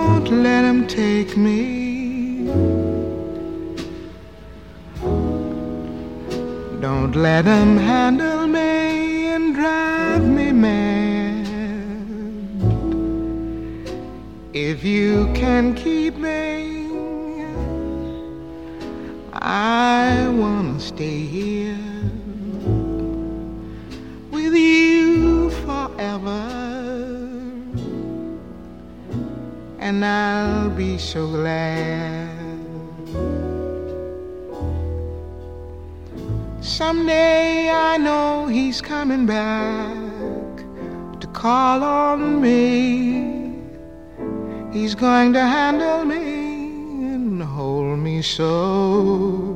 Don't let him take me. Don't let him handle me and drive me mad. If you can keep me, I wanna stay here with you forever, and I'll be so glad. Someday I know he's coming back to call on me. He's going to handle me and hold me so.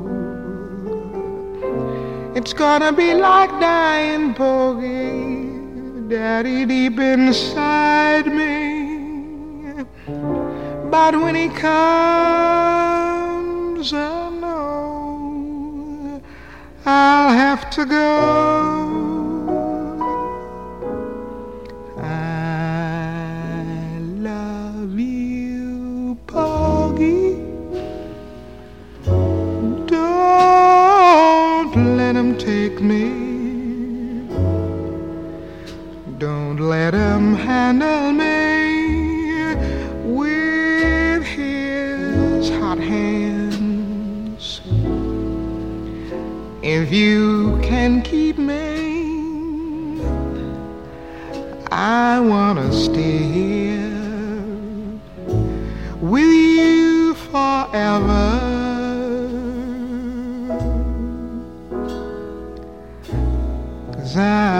It's gonna be like dying, Porgy, Daddy, deep inside me. But when he comes, I know I'll have to go. I love you, Porgy. Don't let him take me. Don't let him handle me with his hot hands. If you can keep me, I wanna stay here with you forever. 'Cause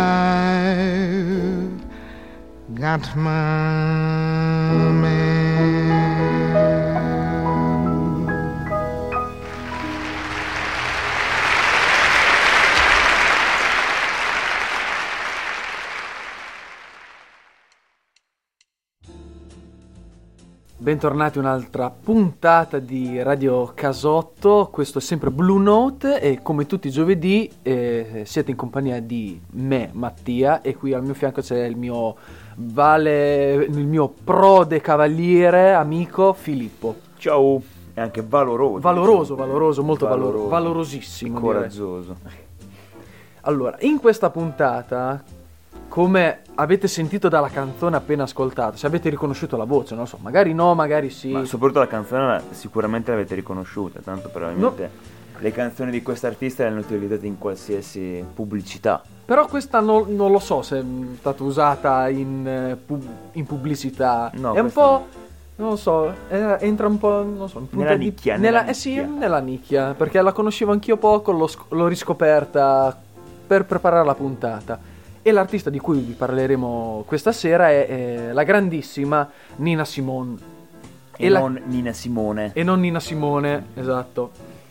I've got my man. Bentornati a un'altra puntata di Radio Casotto, questo è sempre Blue Note e come tutti i giovedì siete in compagnia di me, Mattia, e qui al mio fianco c'è il mio prode cavaliere, amico Filippo. Ciao, è anche valoroso, molto valorosissimo, coraggioso. Direi. Allora, in questa puntata, come avete sentito dalla canzone appena ascoltata, se avete riconosciuto la voce, non lo so, magari no, magari sì. Ma soprattutto la canzone sicuramente l'avete riconosciuta, tanto probabilmente le canzoni di quest'artista le hanno utilizzate in qualsiasi pubblicità. Però questa non lo so se è stata usata in pubblicità. No, è un po', non lo so, entra un po', non so, nella nicchia. Nella nicchia, perché la conoscevo anch'io poco, l'ho riscoperta per preparare la puntata. E l'artista di cui vi parleremo questa sera è la grandissima Nina Simone. Non Nina Simone. E non Nina Simone, esatto.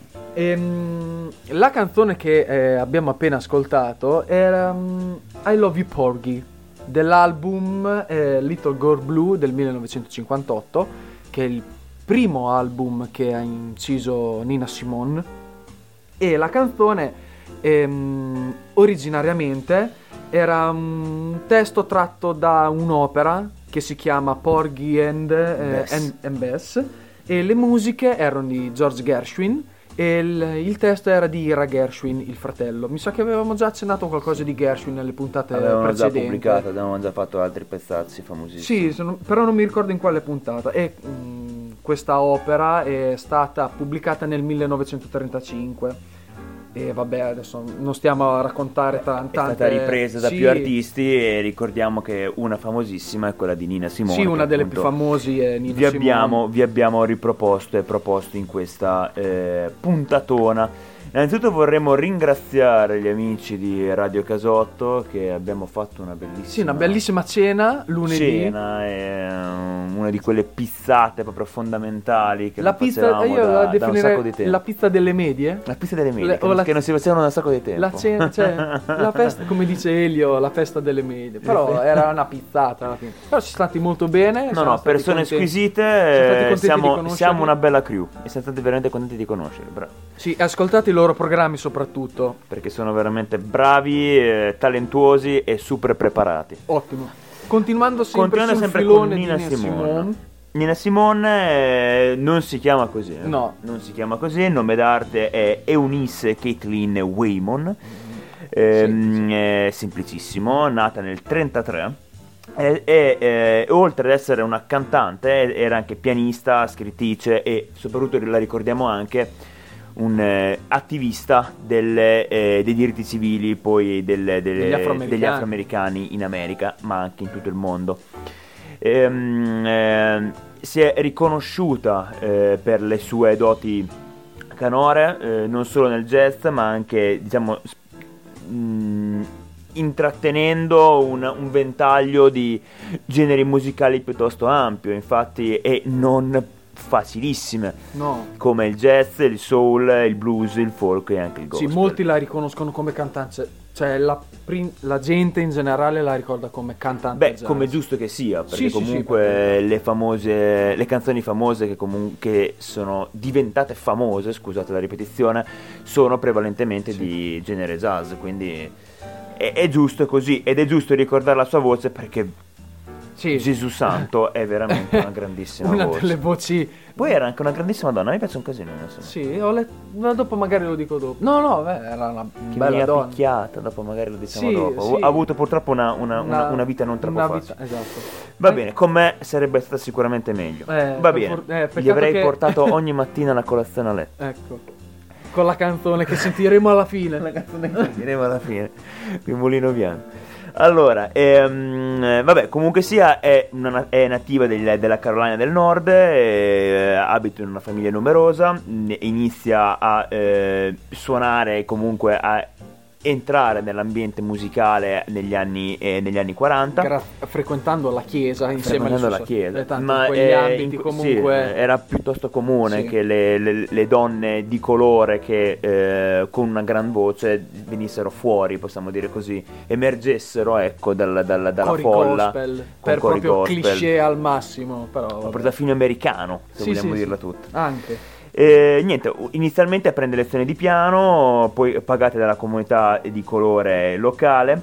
La canzone che abbiamo appena ascoltato era I Love You Porgy, dell'album Little Girl Blue del 1958, che è il primo album che ha inciso Nina Simone. E la canzone originariamente era un testo tratto da un'opera che si chiama Porgy and Bess, e le musiche erano di George Gershwin e il testo era di Ira Gershwin, il fratello. Mi sa che avevamo già accennato qualcosa di Gershwin nelle puntate precedenti. Già pubblicato, avevamo già fatto altri pezzacci famosissimi. Sì, però non mi ricordo in quale puntata. E questa opera è stata pubblicata nel 1935. E vabbè, adesso non stiamo a raccontare tante... È stata ripresa da più artisti e ricordiamo che una famosissima è quella di Nina Simone. Sì, una delle più famosi è Nina Simone. Vi abbiamo riproposto e proposto in questa puntatona. Innanzitutto vorremmo ringraziare gli amici di Radio Casotto che abbiamo fatto una bellissima cena lunedì. Cena è una di quelle pizzate proprio fondamentali che la pizza, facevamo io la da un sacco di tempo. La pizza delle medie? La pizza delle medie, che non si facevano da un sacco di tempo. La cena, cioè, la festa, come dice Elio, la festa delle medie. Però era una pizzata alla fine. Però ci siamo stati molto bene. No, persone squisite, siamo una bella crew e siamo stati veramente contenti di conoscerli. Sì, ascoltate i loro programmi soprattutto, perché sono veramente bravi, talentuosi e super preparati. Ottimo. Continuando sempre sul filone con Nina di Nina Simone, Nina Simone non si chiama così. No. Non si chiama così, il nome d'arte è Eunice Caitlin Waymon. È semplicissimo, nata nel 1933. E oltre ad essere una cantante, era anche pianista, scrittrice e soprattutto la ricordiamo anche un attivista dei diritti civili, poi degli afroamericani in America, ma anche in tutto il mondo. Si è riconosciuta per le sue doti canore, non solo nel jazz, ma anche, diciamo, intrattenendo un ventaglio di generi musicali piuttosto ampio, infatti, e non facilissime, no, come il jazz, il soul, il blues, il folk e anche il gospel. Sì, molti la riconoscono come cantante, cioè la gente in generale la ricorda come cantante jazz. Come giusto che sia, perché sì, comunque le canzoni famose che comunque sono diventate famose, scusate la ripetizione, sono prevalentemente di genere jazz, quindi è giusto così, ed è giusto ricordare la sua voce, perché Gesù santo è veramente una grandissima una voce. delle voci. Poi era anche una grandissima donna, mi piace un casino. Sì, ma dopo magari lo dico dopo. No, era una bella donna. Picchiata, dopo magari lo diciamo dopo. Sì. Ha avuto purtroppo una vita non troppo facile. Esatto. Va bene, con me sarebbe stata sicuramente meglio. Va bene, gli avrei portato ogni mattina la colazione a letto. Ecco, con la canzone che sentiremo alla fine. La canzone che sentiremo alla fine, il Mulino Bianco. Allora, vabbè, comunque sia, è nativa della Carolina del Nord, abita in una famiglia numerosa, inizia a suonare, comunque a entrare nell'ambiente musicale negli anni 40, frequentando la chiesa insieme alla chiesa, ma in quegli ambiti comunque sì, era piuttosto comune che le donne di colore che con una gran voce venissero fuori, possiamo dire così, emergessero, ecco, dalla folla gospel, per proprio cliché al massimo, però per fine americano, se vogliamo dirla tutta. Anche niente, inizialmente prende lezioni di piano, poi pagate dalla comunità di colore locale,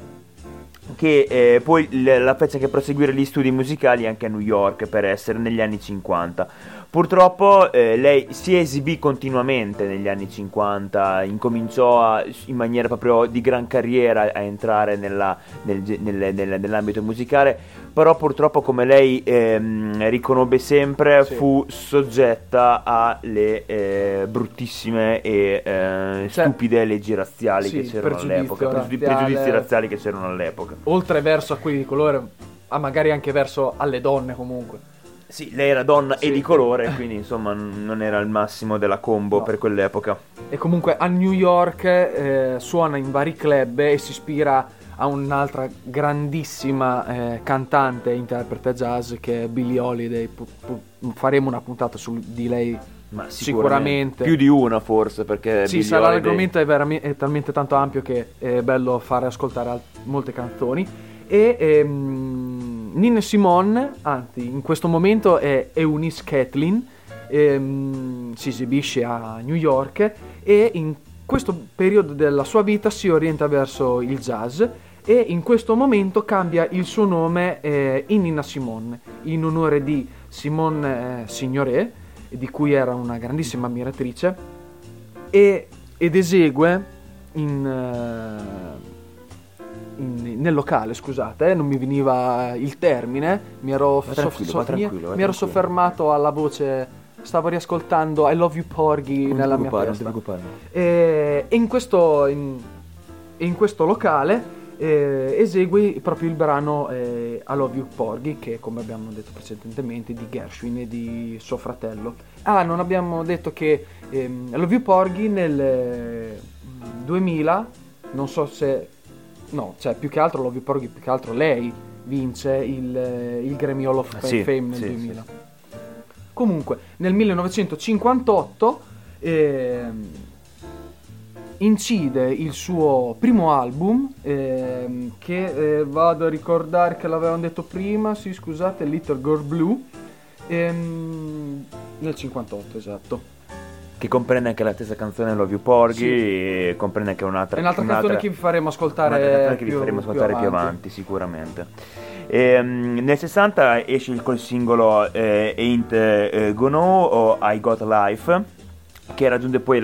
che poi la fece anche proseguire gli studi musicali anche a New York, per essere negli anni 50. Purtroppo lei si esibì continuamente negli anni 50, incominciò in maniera proprio di gran carriera a entrare nell'ambito musicale, però purtroppo, come lei riconobbe sempre, fu soggetta alle bruttissime e stupide leggi razziali che c'erano all'epoca, pregiudizi razziali che c'erano all'epoca. Oltre verso a quelli di colore, magari anche verso alle donne comunque. Sì, lei era donna e di colore, quindi insomma non era il massimo della combo per quell'epoca. E comunque a New York suona in vari club e si ispira a un'altra grandissima cantante e interprete jazz, che è Billie Holiday. Faremo una puntata di lei, ma sicuramente. Più di una forse, perché sì, l'argomento è talmente tanto ampio che è bello fare ascoltare molte canzoni. E Nina Simone, anzi in questo momento è Eunice Caitlin, si esibisce a New York e in questo periodo della sua vita si orienta verso il jazz, e in questo momento cambia il suo nome in Nina Simone, in onore di Simone Signoret, di cui era una grandissima ammiratrice, ed esegue nel locale, scusate, non mi veniva il termine, mi ero soffermato alla voce, stavo riascoltando I Love You Porgy nella mia testa. E in questo locale esegue proprio il brano I Love You Porgy, che, come abbiamo detto precedentemente, di Gershwin e di suo fratello. Non abbiamo detto che I Love You Porgy nel 2000, non so se no, cioè più che altro Love You Porgy, più che altro lei vince il Grammy Hall of Fame nel 2000. Comunque nel 1958 incide il suo primo album, che vado a ricordare che l'avevamo detto prima, sì, scusate, Little Girl Blue, nel 58, esatto. Che comprende anche la stessa canzone Love You Porgy, e comprende anche un'altra canzone che vi faremo ascoltare più avanti, sicuramente. Nel 60 esce col singolo Ain't Gonna o I Got Life, che raggiunge poi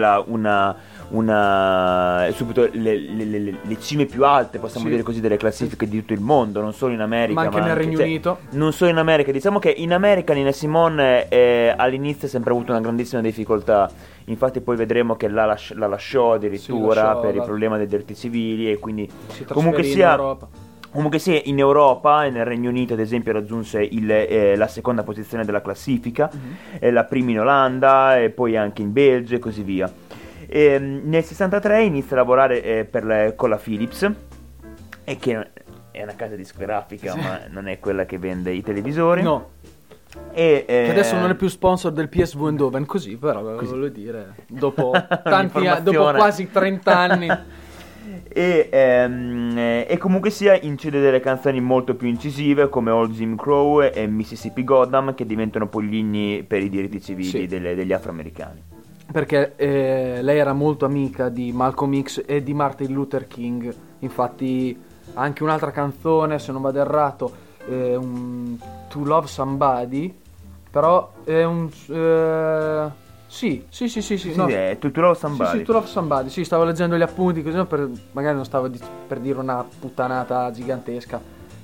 subito le cime più alte, possiamo dire così, delle classifiche di tutto il mondo, non solo in America ma anche nel Regno Unito. Non solo in America, diciamo che in America Nina Simone all'inizio ha sempre avuto una grandissima difficoltà, infatti poi vedremo che la lasciò addirittura per il problema dei diritti civili, e quindi comunque sia in Europa e nel Regno Unito ad esempio raggiunse la seconda posizione della classifica, la prima in Olanda e poi anche in Belgio e così via. Nel 63 inizia a lavorare con la Philips, e che è una casa discografica, ma non è quella che vende i televisori. No. Che adesso non è più sponsor del PSV Eindhoven, così, però voglio dire, dopo dopo quasi 30 anni. E comunque sia incide delle canzoni molto più incisive come Old Jim Crow e Mississippi Goddam, che diventano poi gli inni per i diritti civili degli afroamericani. Perché lei era molto amica di Malcolm X e di Martin Luther King, infatti anche un'altra canzone, se non vado errato, To Love Somebody, però è un... Sì, no. To Love Somebody. Sì, To Love Somebody, sì, stavo leggendo gli appunti così, magari non stavo per dire una puttanata gigantesca.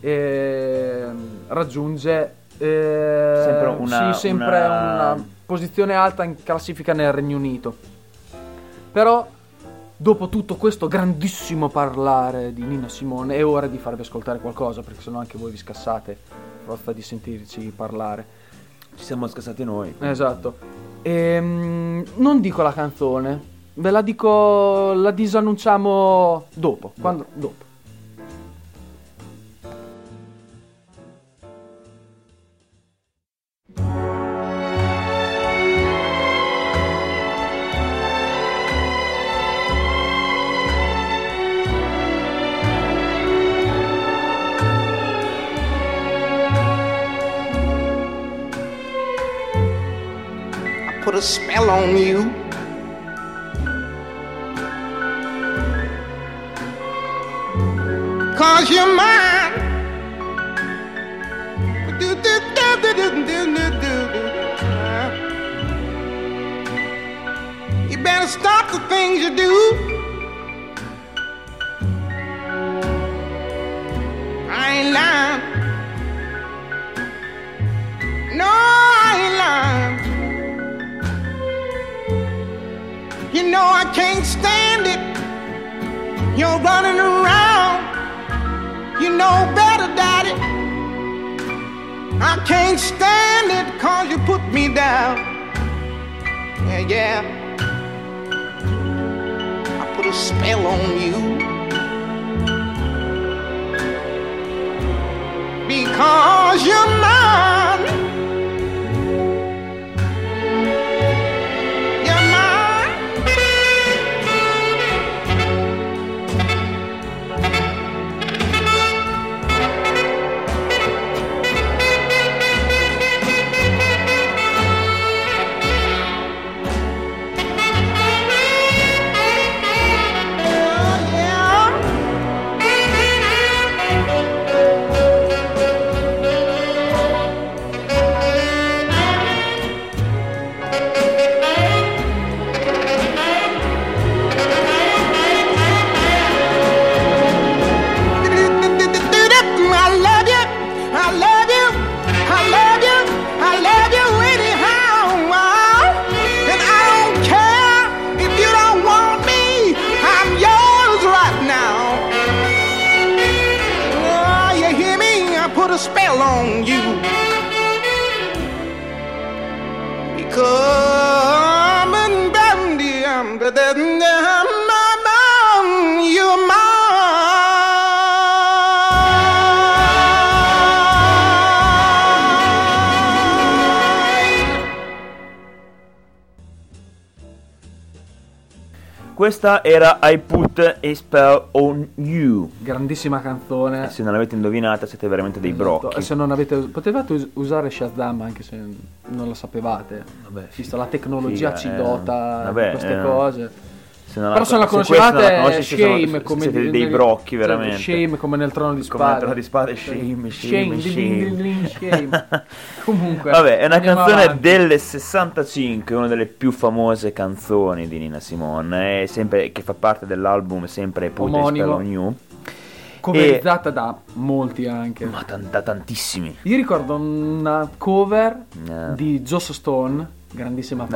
Raggiunge sempre una posizione alta in classifica nel Regno Unito. Però dopo tutto questo grandissimo parlare di Nina Simone è ora di farvi ascoltare qualcosa, perché sennò anche voi vi scassate a forza di sentirci parlare. Ci siamo scassati noi. Esatto. Non dico la canzone, ve la dico, la disannunciamo dopo. Dopo. Put a spell on you. Cause you're mine. You better stop the things you do. I ain't lying. No, I ain't lying. You know I can't stand it. You're running around. You know better, Daddy. I can't stand it 'cause you put me down. Yeah. I put a spell on you. Because you're mine. Questa era I Put a Spell on You. Grandissima canzone. E se non l'avete indovinata siete veramente dei brocchi. E se non avete, potevate usare Shazam anche se non lo sapevate. Vabbè, visto la tecnologia ci dota vabbè, di queste cose. Però se non la conoscevate, Shame, come siete dei brocchi veramente. Shame come nel Trono di Spade. Come nel Trono di Spade, Shame. Comunque, vabbè, è una canzone avanti. del 65, una delle più famose canzoni di Nina Simone, è sempre, che fa parte dell'album sempre Put a Spell on You. Coverizzata da molti anche. Ma da tantissimi. Io ricordo una cover di Joss Stone, grandissima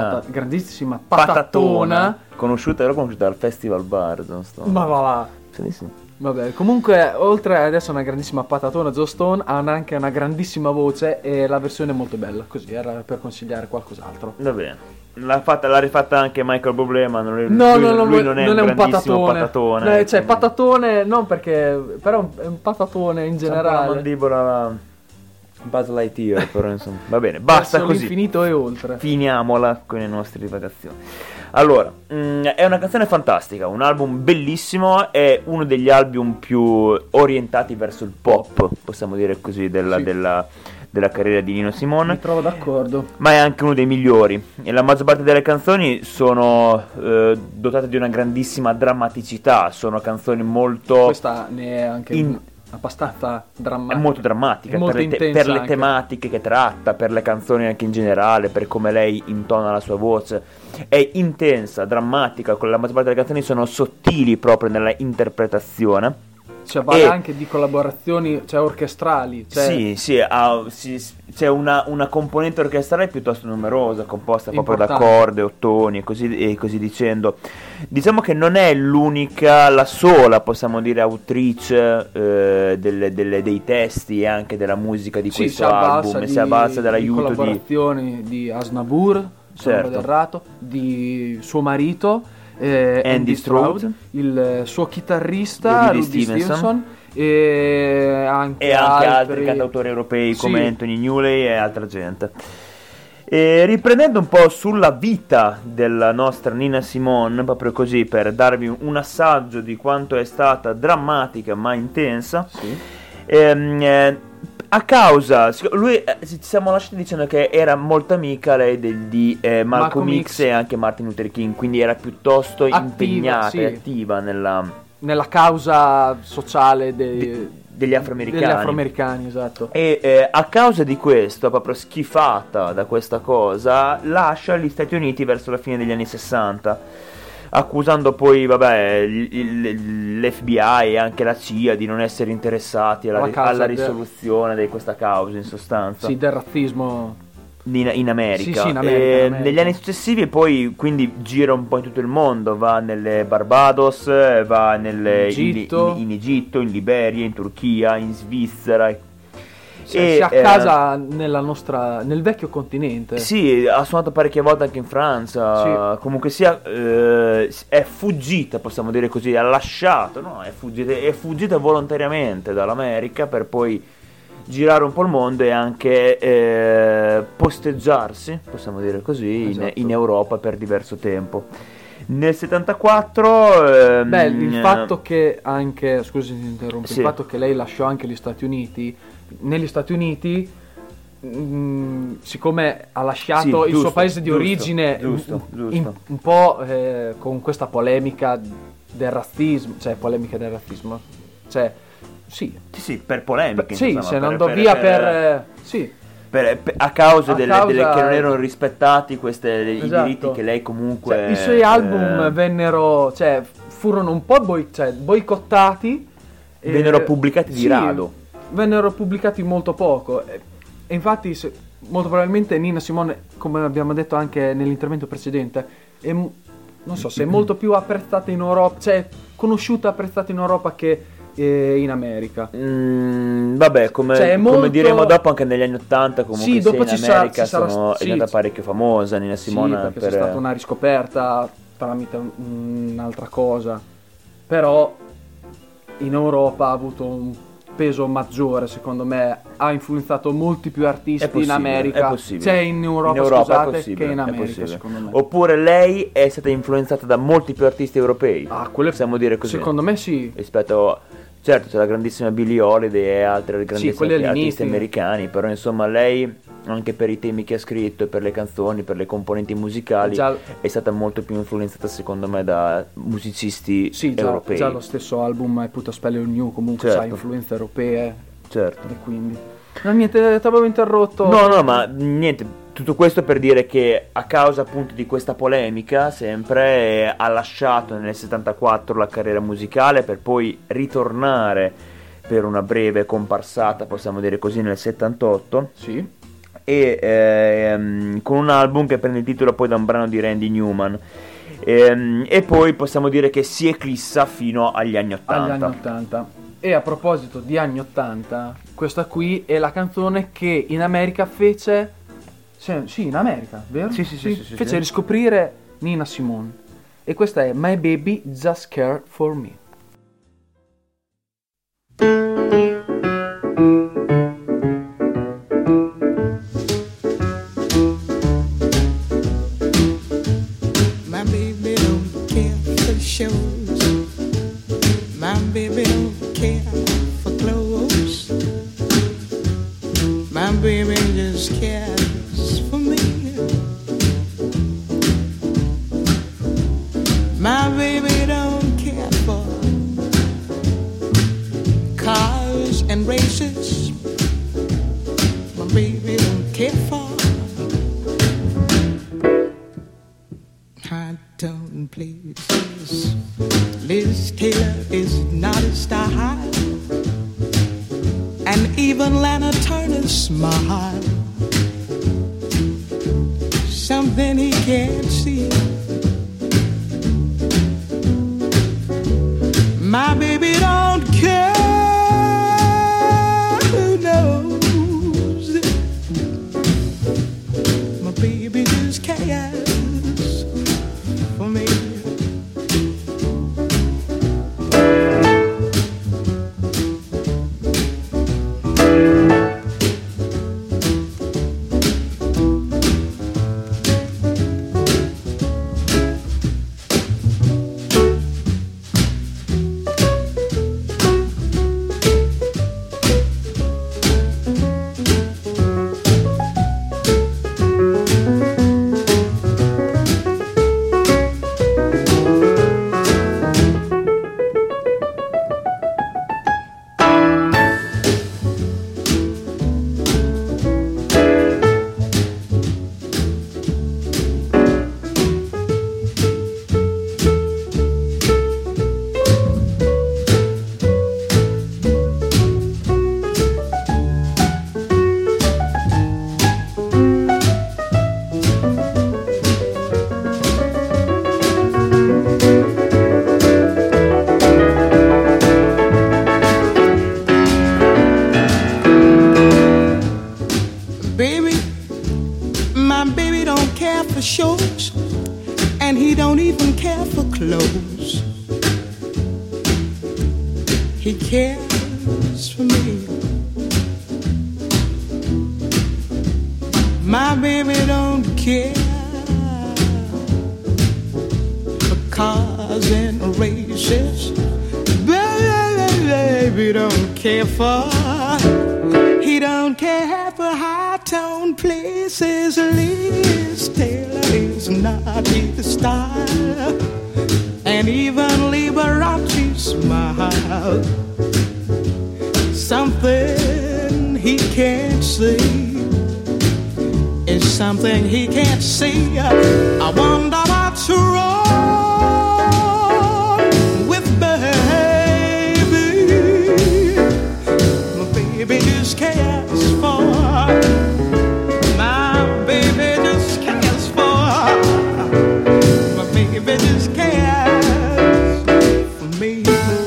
patatona. L'ho conosciuta al Festival Bar, Joss Stone. Ma va là. Sì. Vabbè, comunque, oltre ad essere una grandissima patatona, Joss Stone ha anche una grandissima voce e la versione è molto bella, così era per consigliare qualcos'altro. Va bene. L'ha rifatta anche Michael Bublé, ma lui non è un grandissimo patatone. Cioè, patatone non perché, però è un patatone in generale. La mandibola Buzz Lightyear, però insomma. Va bene, basta così. L'infinito e oltre. Finiamola con le nostre divagazioni. Allora, è una canzone fantastica, un album bellissimo, è uno degli album più orientati verso il pop, possiamo dire così, della carriera di Nino Simone. Mi trovo d'accordo. Ma è anche uno dei migliori, e la maggior parte delle canzoni sono dotate di una grandissima drammaticità, sono canzoni molto... Questa ne è anche abbastanza drammatica. È molto drammatica, molto per le anche. tematiche che tratta, per le canzoni anche in generale, per come lei intona la sua voce. È intensa, drammatica, con la maggior parte delle canzoni sono sottili proprio nella interpretazione. Cioè vale anche di collaborazioni, cioè orchestrali. Cioè... Sì, c'è una componente orchestrale piuttosto numerosa, composta proprio da importante. corde, ottoni e così dicendo. Diciamo che non è la sola, possiamo dire, autrice dei testi e anche della musica di questo album. Si è avvalsa dell'aiuto di collaborazioni di Aznavour, certo, errato, di suo marito Andy Stroud, il suo chitarrista Rudy Stevenson e anche altri cantautori europei come Anthony Newley e altra gente. E riprendendo un po' sulla vita della nostra Nina Simone, proprio così per darvi un assaggio di quanto è stata drammatica ma intensa, a causa, ci siamo lasciati dicendo che era molto amica lei di Malcolm X e anche Martin Luther King, quindi era piuttosto impegnata e attiva nella causa sociale degli afroamericani, esatto. E a causa di questo, proprio schifata da questa cosa, lascia gli Stati Uniti verso la fine degli anni 60, accusando poi l'FBI e anche la CIA di non essere interessati alla risoluzione di questa causa, in sostanza. Sì, del razzismo in America. Sì, in America. Negli anni successivi poi quindi gira un po' in tutto il mondo, va nelle Barbados, va in Egitto, in Liberia, in Turchia, in Svizzera. Si accasa nel vecchio continente. Sì, ha suonato parecchie volte anche in Francia. Sì. Comunque sia, è fuggita, possiamo dire così, ha lasciato, no? È fuggita volontariamente dall'America per poi girare un po' il mondo e anche posteggiarsi, possiamo dire così, esatto, in Europa per diverso tempo. Nel 74 il fatto che anche, scusi se interrompo, il fatto che lei lasciò anche gli Stati Uniti, negli Stati Uniti siccome ha lasciato il suo paese di origine un po' con questa polemica del razzismo, per polemiche, se ne andò via a causa che non erano rispettati i diritti che lei comunque i suoi album furono un po' boicottati, vennero pubblicati di rado, vennero pubblicati molto poco e infatti molto probabilmente Nina Simone, come abbiamo detto anche nell'intervento precedente, non so se è molto più apprezzata in Europa, conosciuta e apprezzata in Europa che in America. Come diremo dopo, anche negli anni 80 comunque dopo in America è stata parecchio famosa Nina Simone, perché c'è stata una riscoperta tramite un'altra cosa, però in Europa ha avuto un peso maggiore, secondo me, ha influenzato molti più artisti in America, in Europa che in America, secondo me. Oppure lei è stata influenzata da molti più artisti europei, possiamo dire così, secondo me sì, rispetto certo c'è la grandissima Billie Holiday e altre grandissime artisti americani, però insomma lei anche per i temi che ha scritto, per le canzoni, per le componenti musicali, è stata molto più influenzata secondo me da musicisti europei. Già lo stesso album I Put a Spell on You comunque certo. sa influenze europee. Certo. E quindi... No, niente, ti avevo interrotto. No, ma niente. Tutto questo per dire che a causa appunto di questa polemica sempre ha lasciato nel 74 la carriera musicale per poi ritornare per una breve comparsata, possiamo dire così, nel 78. Sì. E con un album che prende il titolo poi da un brano di Randy Newman. E poi possiamo dire che si eclissa fino agli anni 80. E a proposito di anni 80, questa qui è la canzone che in America fece... Sì, in America, vero? Sì. Fece riscoprire Nina Simone. E questa è My Baby Just Care For Me. My baby don't care for shows. My baby don't care for clothes. My baby just cares for me. My baby don't care for cars and races. My baby don't care for high-tone places. Liz Taylor is not a style, and even Lana Turner's smile, something he can't see. My baby don't care, who knows? My baby just cares for me. Shows, and he don't even care for clothes. He cares for me. My baby don't care for cars and races. Baby don't care for. He don't care for high-tone places. Liz Taylor is not his style, and even Liberace smile. Something he can't see is something he can't see. I wonder what's wrong with baby. My baby just cares for. My baby just cares for. My baby just cares for me.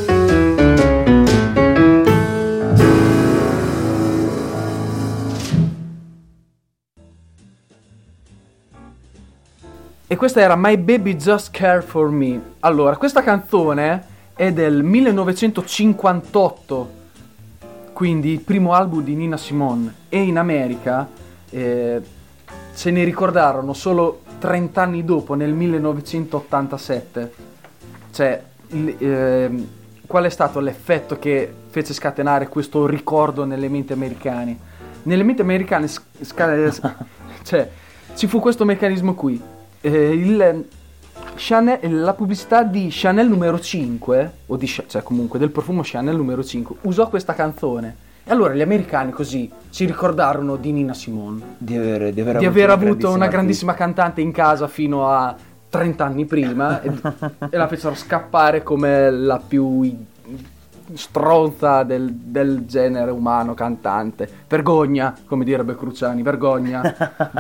E questa era My Baby Just Care For Me. Allora, questa canzone è del 1958, quindi il primo album di Nina Simone, e in America se ne ricordarono solo 30 anni dopo, nel 1987. Cioè, qual è stato l'effetto che fece scatenare questo ricordo nelle menti americani? nelle menti americane cioè ci fu questo meccanismo qui. La pubblicità di Chanel numero 5 o cioè comunque del profumo Chanel numero 5 usò questa canzone, e allora gli americani così si ricordarono di Nina Simone, di aver avuto una grandissima cantante in casa fino a 30 anni prima e la fecero scappare come la più stronza del genere umano cantante. Vergogna, come direbbe Cruciani, vergogna.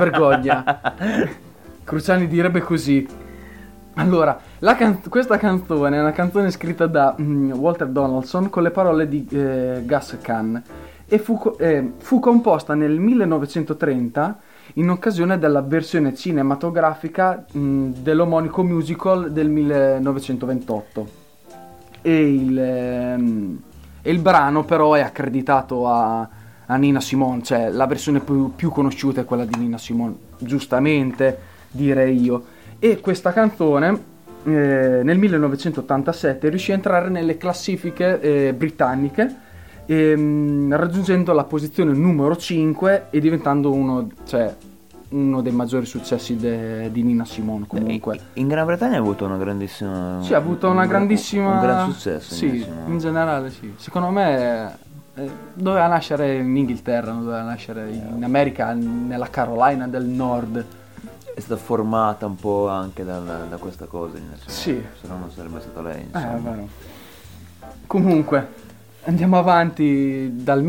Cruciani direbbe così. Allora, questa canzone è una canzone scritta da Walter Donaldson con le parole di Gus Kahn e fu composta nel 1930 in occasione della versione cinematografica dell'omonico musical del 1928. E il brano però è accreditato a Nina Simone, cioè la versione più conosciuta è quella di Nina Simone, giustamente direi io. E questa canzone nel 1987 riuscì a entrare nelle classifiche britanniche, raggiungendo la posizione numero 5 e diventando uno dei maggiori successi di Nina Simone. Comunque in Gran Bretagna ha avuto una grandissima... Sì, ha avuto una grandissima... un gran successo. Sì, in generale sì. Secondo me doveva nascere in Inghilterra, non doveva nascere in America, nella Carolina del Nord. È stata formata un po' anche da questa cosa, sì. Se no non sarebbe stata lei, vero. Comunque andiamo avanti dal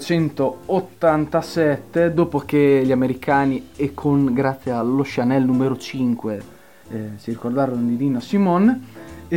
1987, dopo che gli americani grazie allo Chanel numero 5 si ricordarono di Nina Simone.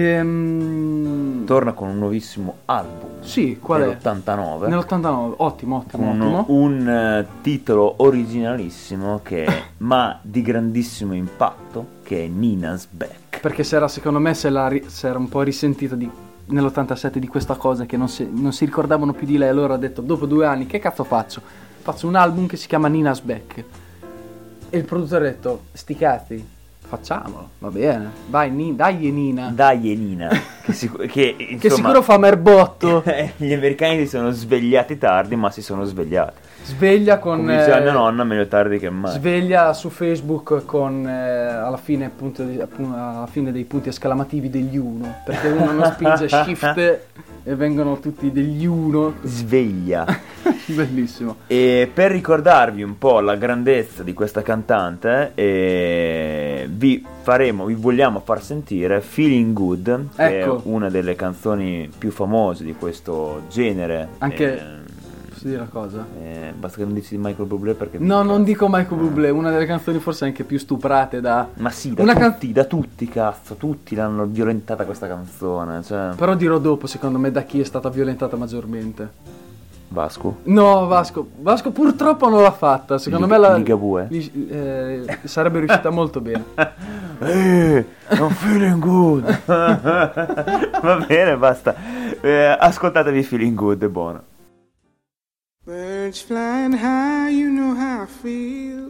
Torna con un nuovissimo album. Sì, qual è? Nell'89. Nell'89, ottimo. Un titolo originalissimo ma di grandissimo impatto, che è Nina's Back. Perché secondo me si era un po' risentito nell'87 di questa cosa, che non si ricordavano più di lei. Allora ha detto, dopo 2 anni, che cazzo faccio? Faccio un album che si chiama Nina's Back. E il produttore ha detto, sti cazzi, facciamolo, va bene, dai Nina. che sicuro fa merbotto. Gli americani si sono svegliati tardi, ma si sono svegliati. Sveglia con... Come diceva mia nonna, meglio tardi che mai. Sveglia su Facebook con alla fine dei punti esclamativi degli 1, perché uno non spinge shift e vengono tutti degli 1. Sveglia. Bellissimo. E per ricordarvi un po' la grandezza di questa cantante, vi vogliamo far sentire Feeling Good, che è una delle canzoni più famose di questo genere. Anche posso dire una cosa? Basta che non dici di Michael Bublé, perché non dico Michael Bublé, una delle canzoni forse anche più stuprate da... Ma sì, da tutti, cazzo, tutti l'hanno violentata questa canzone, cioè... Però dirò dopo, secondo me, da chi è stata violentata maggiormente. Vasco? No, Vasco purtroppo non l'ha fatta. Secondo me Ligabue sarebbe riuscita molto bene. I'm feeling good. Va bene, basta. Ascoltatevi Feeling Good, è buono. Birds flying high, you know how I feel.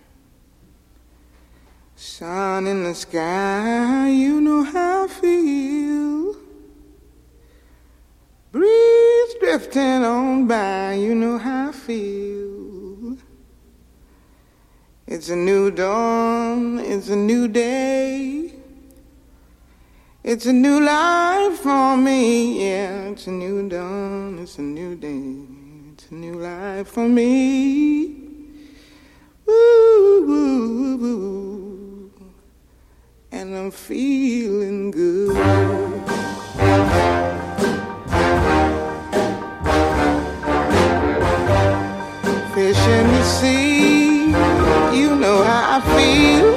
Sun in the sky, you know how I feel. Breeze drifting on by, you know how I feel. It's a new dawn, it's a new day. It's a new life for me, yeah. It's a new dawn, it's a new day. It's a new life for me. Woo, woo, woo. And I'm feeling good. Fish in the sea, you know how I feel.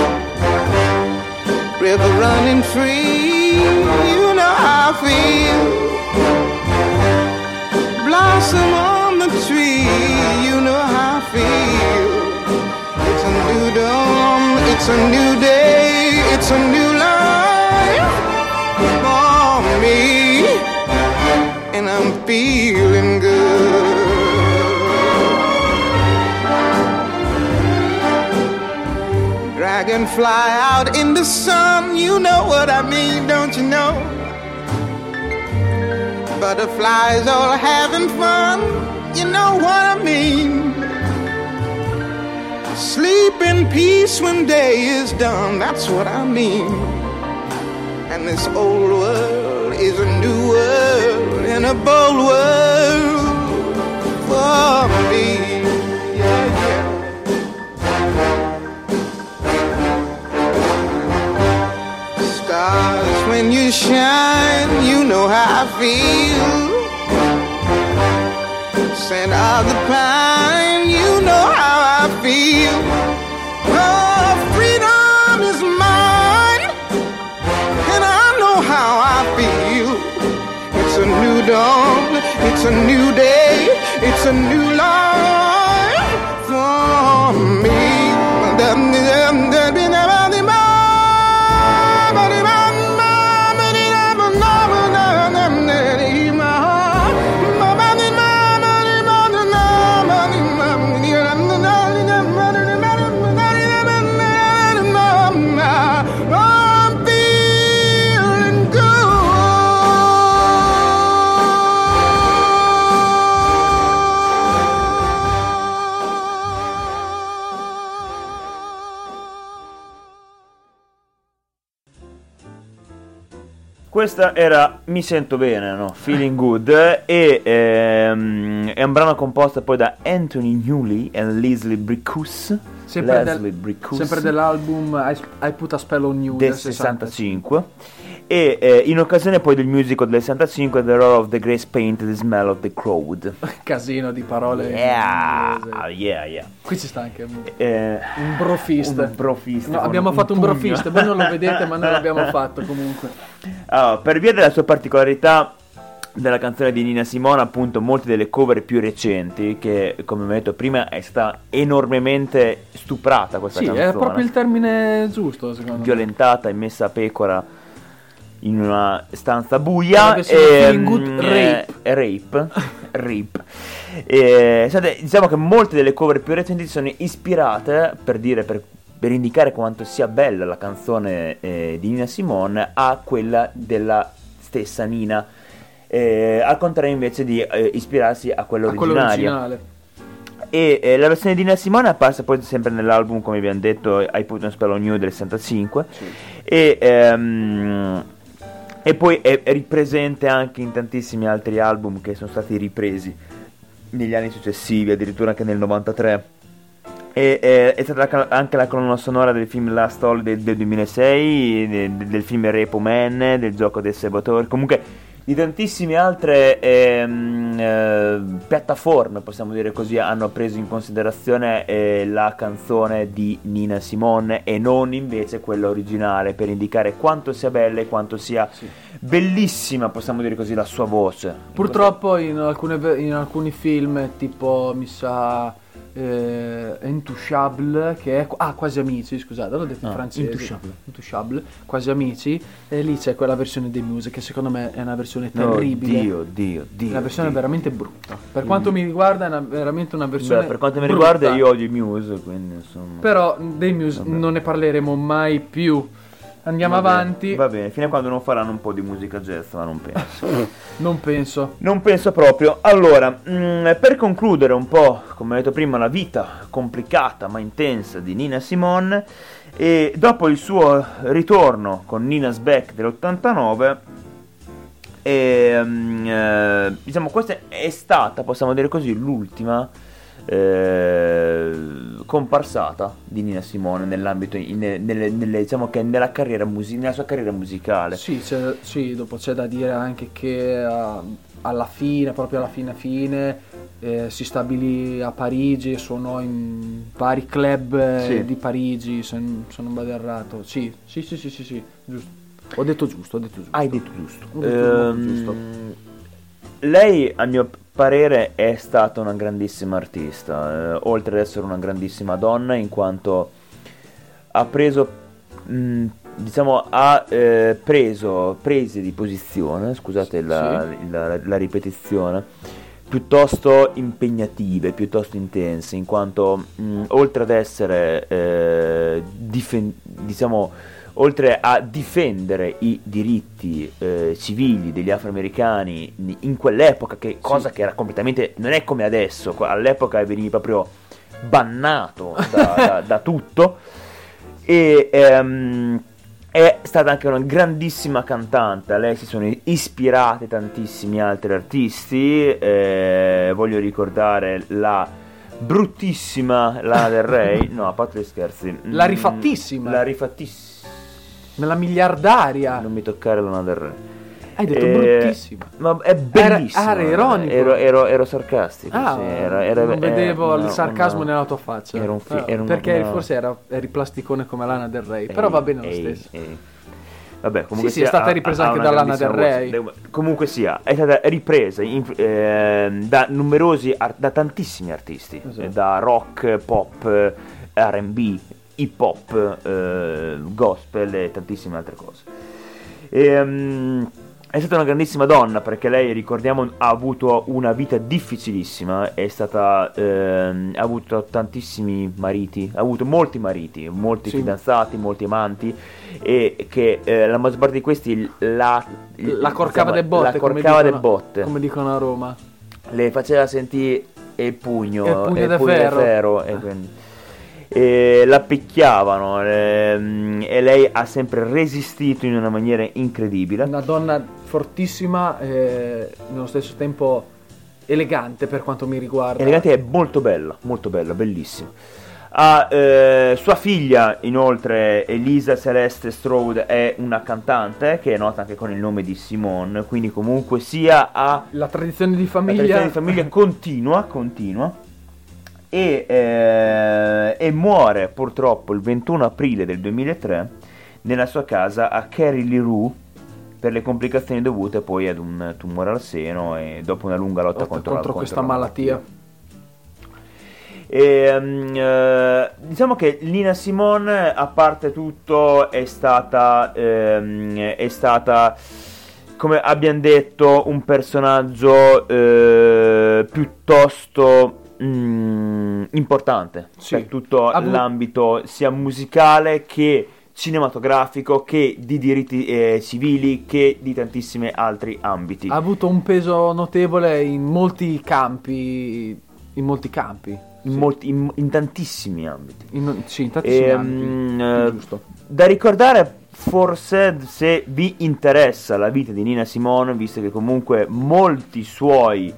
River running free, you know how I feel. Blossom on the tree, you know how I feel. It's a new dawn, it's a new day, it's a new life for me. And I'm feeling good. Dragonfly out in the sun, you know what I mean, don't you know? Butterflies all having fun, you know what I mean. Sleep in peace when day is done, that's what I mean. And this old world is a new world and a bold world for me. Yeah, yeah. Stars, when you shine, you know how I feel. Scent of the pine, you know how I feel. Oh, freedom is mine, and I know how I feel. It's a new dawn, it's a new day, it's a new life for me. Questa era Mi sento bene, no? Feeling Good, e è un brano composto poi da Anthony Newley e Leslie Bricusse. Sempre dell'album I Put a Spell on You del 65. E in occasione poi del musical del 65, The Roar of the Grace Paint, The Smell of the Crowd. Casino di parole. Yeah. Qui ci sta anche un brofist. Un brofist. No, abbiamo fatto un brofist, voi non lo vedete ma noi l'abbiamo fatto comunque. Allora, per via della sua particolarità della canzone di Nina Simone, appunto, molte delle cover più recenti, che come ho detto prima è stata enormemente stuprata questa canzone. Sì, è proprio il termine giusto, secondo me. Violentata e messa a pecora in una stanza buia, rape. Diciamo che molte delle cover più recenti sono ispirate, per indicare quanto sia bella la canzone di Nina Simone, a quella della stessa Nina, al contrario invece di ispirarsi a quella originaria. E la versione di Nina Simone è apparsa poi sempre nell'album, come abbiamo detto, I Put a Spell on You del 65, sì. E poi è ripresente anche in tantissimi altri album che sono stati ripresi negli anni successivi, addirittura anche nel 93. È stata anche la colonna sonora del film Last Holiday del 2006, del film Repo Man, del gioco dei Saboteur, comunque di tantissime altre piattaforme, possiamo dire così, hanno preso in considerazione la canzone di Nina Simone e non invece quella originale, per indicare quanto sia bella e quanto sia bellissima, possiamo dire così, la sua voce. Purtroppo in alcuni film, tipo mi sa Intouchable, che è Quasi Amici, scusate, l'ho detto in francese. Intouchable, Quasi Amici, e lì c'è quella versione dei Muse che secondo me è una versione terribile. Dio, una versione veramente brutta. Per quanto mi riguarda è veramente una versione per quanto mi brutta. riguarda io odio i Muse, quindi insomma. Però dei Muse non ne parleremo mai più. Andiamo avanti. Va bene, fino a quando non faranno un po' di musica jazz, ma non penso. Non penso proprio. Allora, per concludere un po', come ho detto prima, la vita complicata ma intensa di Nina Simone, e dopo il suo ritorno con Nina's Back dell'89, diciamo questa è stata, possiamo dire così, l'ultima comparsata di Nina Simone nell'ambito diciamo che nella sua carriera musicale. Sì, dopo c'è da dire anche che alla fine, proprio alla fine si stabilì a Parigi e suonò in vari club di Parigi, se non vado errato. Sì, giusto. Ho detto giusto. Hai detto giusto. Lei, a mio parere, è stata una grandissima artista, oltre ad essere una grandissima donna, in quanto ha preso prese di posizione, scusate la ripetizione, piuttosto impegnative, piuttosto intense, in quanto oltre ad essere oltre a difendere i diritti civili degli afroamericani in quell'epoca, cosa che era completamente, non è come adesso, all'epoca venivi proprio bannato da tutto, e è stata anche una grandissima cantante. A lei si sono ispirati tantissimi altri artisti, voglio ricordare la bruttissima Lana Del Rey, no, a parte gli scherzi, La rifattissima. Nella miliardaria. Non mi toccare Lana Del Rey. Hai detto bruttissima. Ma è bellissimo. Era ironico. Ero sarcastico. Ah, sì, non vedevo il sarcasmo nella tua faccia. Perché una... forse eri plasticone come Lana Del Rey. Però va bene lo stesso. Vabbè, comunque sì, è stata ripresa anche da Lana Del Rey. Comunque sia, è stata ripresa da tantissimi artisti, esatto. Da rock, pop, R&B, hip hop, gospel e tantissime altre cose. È stata una grandissima donna, perché lei, ricordiamo, ha avuto una vita difficilissima, ha avuto tantissimi mariti, ha avuto molti mariti, molti fidanzati, molti amanti, e che la maggior parte di questi la corcava del botte, come dicono a Roma. Le faceva sentire il pugno di ferro. E quindi la picchiavano, e lei ha sempre resistito in una maniera incredibile. Una donna fortissima, nello stesso tempo elegante, per quanto mi riguarda. Elegante, è molto bella, bellissima. Sua figlia, inoltre, Elisa Celeste Strode, è una cantante che è nota anche con il nome di Simone, quindi comunque sia la tradizione di famiglia continua. E muore purtroppo il 21 aprile del 2003 nella sua casa a Carry-Leroux per le complicazioni dovute poi ad un tumore al seno e dopo una lunga lotta contro questa malattia. Diciamo che Nina Simone, a parte tutto, è stata come abbiamo detto un personaggio piuttosto importante, sì, per tutto l'ambito sia musicale che cinematografico, che di diritti civili, che di tantissimi altri ambiti. Ha avuto un peso notevole in molti campi. In tantissimi ambiti. In tantissimi ambiti. Giusto. Da ricordare, forse, se vi interessa la vita di Nina Simone, visto che comunque molti suoi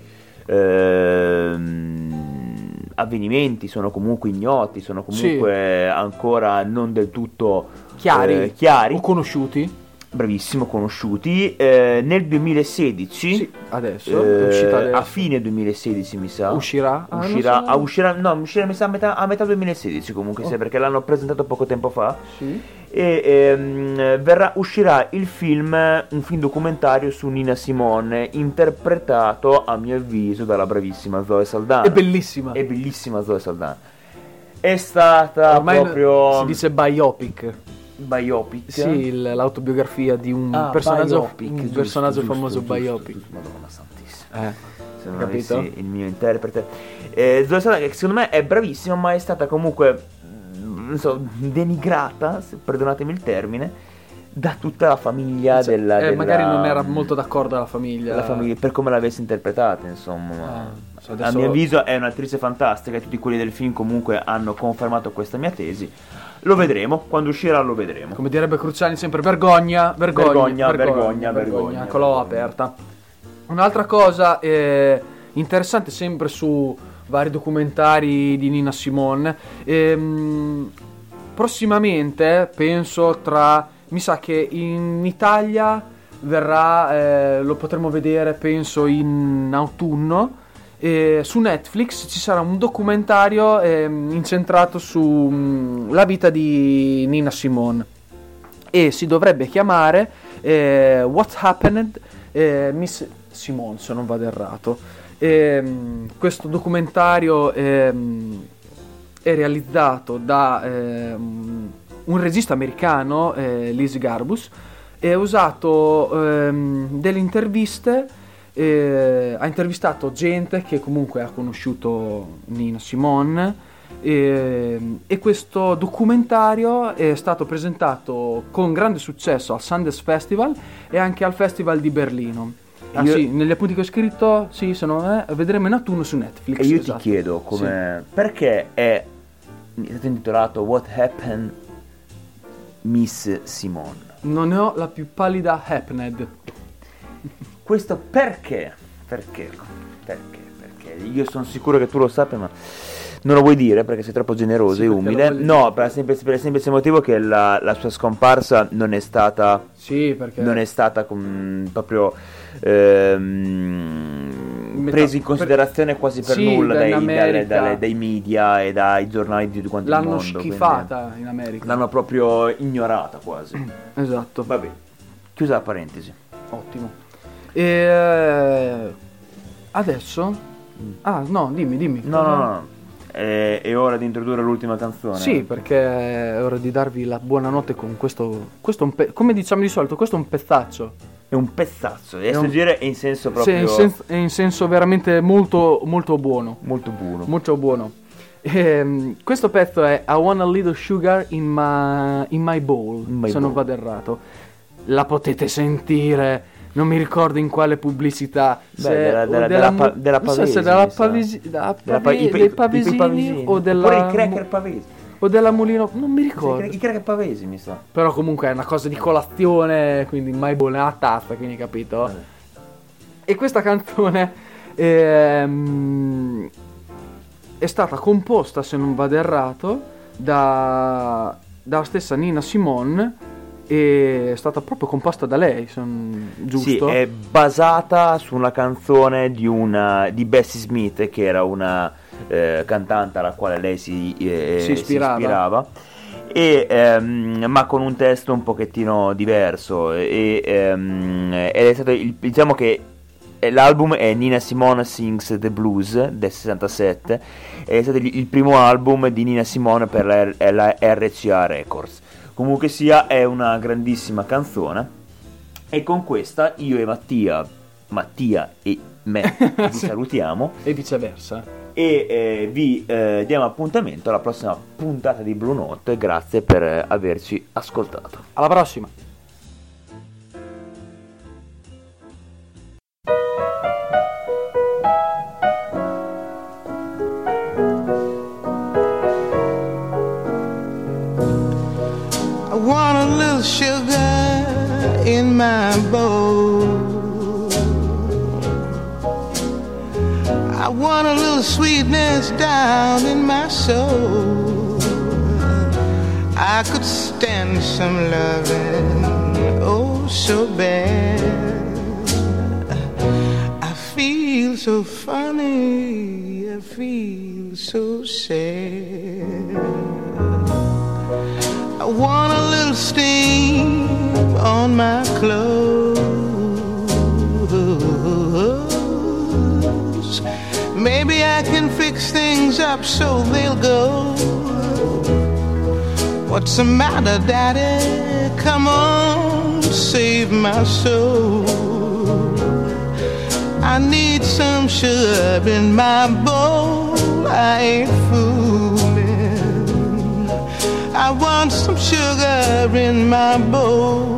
avvenimenti sono comunque ignoti, sono comunque ancora non del tutto chiari o conosciuti. Bravissimo, conosciuti. Nel 2016, sì, adesso, è uscita adesso. A fine 2016 mi sa. Uscirà mi sa a metà 2016 comunque, sia, perché l'hanno presentato poco tempo fa. Sì. E uscirà un film documentario su Nina Simone, interpretato a mio avviso dalla bravissima Zoe Saldana. È bellissima Zoe Saldana. È stata ormai proprio, si dice biopic. Sì, l'autobiografia di un personaggio giusto, famoso, biopic. Madonna santissima. Se non capito? avessi il mio interprete. Zoe Saldana, che secondo me è bravissima, ma è stata comunque, non so, denigrata, perdonatemi il termine, da tutta la famiglia magari non era molto d'accordo la famiglia per come l'avesse interpretata, insomma. A mio avviso è un'attrice fantastica, e tutti quelli del film comunque hanno confermato questa mia tesi. Lo vedremo, quando uscirà lo vedremo. Come direbbe Cruciani sempre, vergogna. Eccola aperta. Un'altra cosa interessante, sempre su vari documentari di Nina Simone, prossimamente, penso mi sa che in Italia verrà, lo potremo vedere penso in autunno, su Netflix ci sarà un documentario incentrato su la vita di Nina Simone, e si dovrebbe chiamare What Happened Miss Simone, se non vado errato. Questo documentario è realizzato da un regista americano, Liz Garbus, e ha usato delle interviste. Ha intervistato gente che comunque ha conosciuto Nina Simone, e questo documentario è stato presentato con grande successo al Sundance Festival e anche al Festival di Berlino. Ah sì, negli appunti che ho scritto, sì, vedremo in autunno su Netflix. E io esatto. ti chiedo come perché è stato intitolato What Happened Miss Simone? Non ne ho la più pallida Happened. Questo perché? Perché? Io sono sicuro che tu lo sappia, ma non lo vuoi dire perché sei troppo generoso Sì, e perché umile. lo voglio No, per il semplice motivo che la sua scomparsa non è stata Sì, perché proprio preso in considerazione quasi per sì, nulla America. dai media e dai giornali di tutto quanto il mondo. L'hanno schifata in America. L'hanno proprio ignorata quasi. Esatto. Vabbè, chiusa la parentesi. Ottimo. E adesso? Ah, no, dimmi. No. È ora di introdurre l'ultima canzone. Sì, perché è ora di darvi la buonanotte con questo come diciamo di solito, questo è un pezzaccio. È un pezzaccio, adesso dire è in senso proprio... È in senso veramente molto, molto buono. Molto buono. Molto buono. Questo pezzo è I Want a Little Sugar in My Bowl, non vado errato. La potete sentire... Non mi ricordo in quale pubblicità. Della Pavesi. Dei Pavesini o della... Oppure i cracker Pavesi. O della Mulino, non mi ricordo. I cracker Pavesi, mi sa. Però comunque è una cosa di colazione, quindi mai buona a tasta, quindi capito? E questa canzone è stata composta, se non vado errato, dalla stessa Nina Simone. E è stata proprio composta da lei, giusto? Sì, è basata su una canzone di Bessie Smith, che era una cantante alla quale lei si ispirava. Ma con un testo un pochettino diverso ed è stato diciamo che l'album è Nina Simone Sings the Blues del 67 ed è stato il primo album di Nina Simone per la RCA Records. Comunque sia, è una grandissima canzone e con questa io e Mattia e me vi salutiamo e viceversa e vi diamo appuntamento alla prossima puntata di Blue Note. Grazie per averci ascoltato. Alla prossima. Want a little sugar in my bowl. I want a little sweetness down in my soul. I could stand some loving, oh so bad. I feel so funny, I feel so sad. I want a little steam on my clothes. Maybe I can fix things up so they'll go. What's the matter, Daddy? Come on, save my soul. I need some sugar in my bowl. I ain't fooling. I want some sugar in my bowl.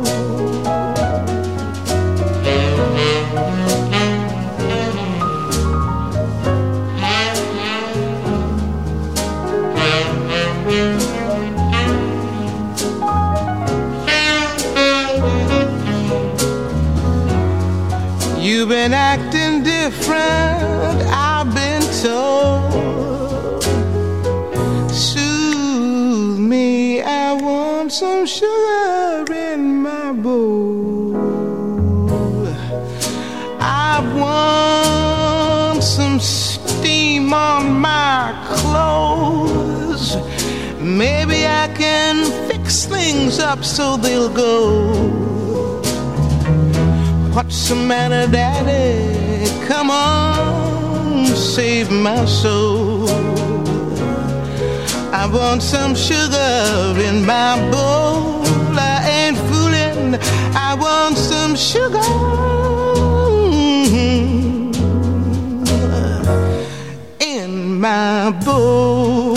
You've been acting different, I've been told. Soothe me, I want some sugar in my bowl. I want some steam on my clothes. Maybe I can fix things up so they'll go. What's the matter, Daddy? Come on, save my soul. I want some sugar in my bowl. I ain't fooling. I want some sugar in my bowl.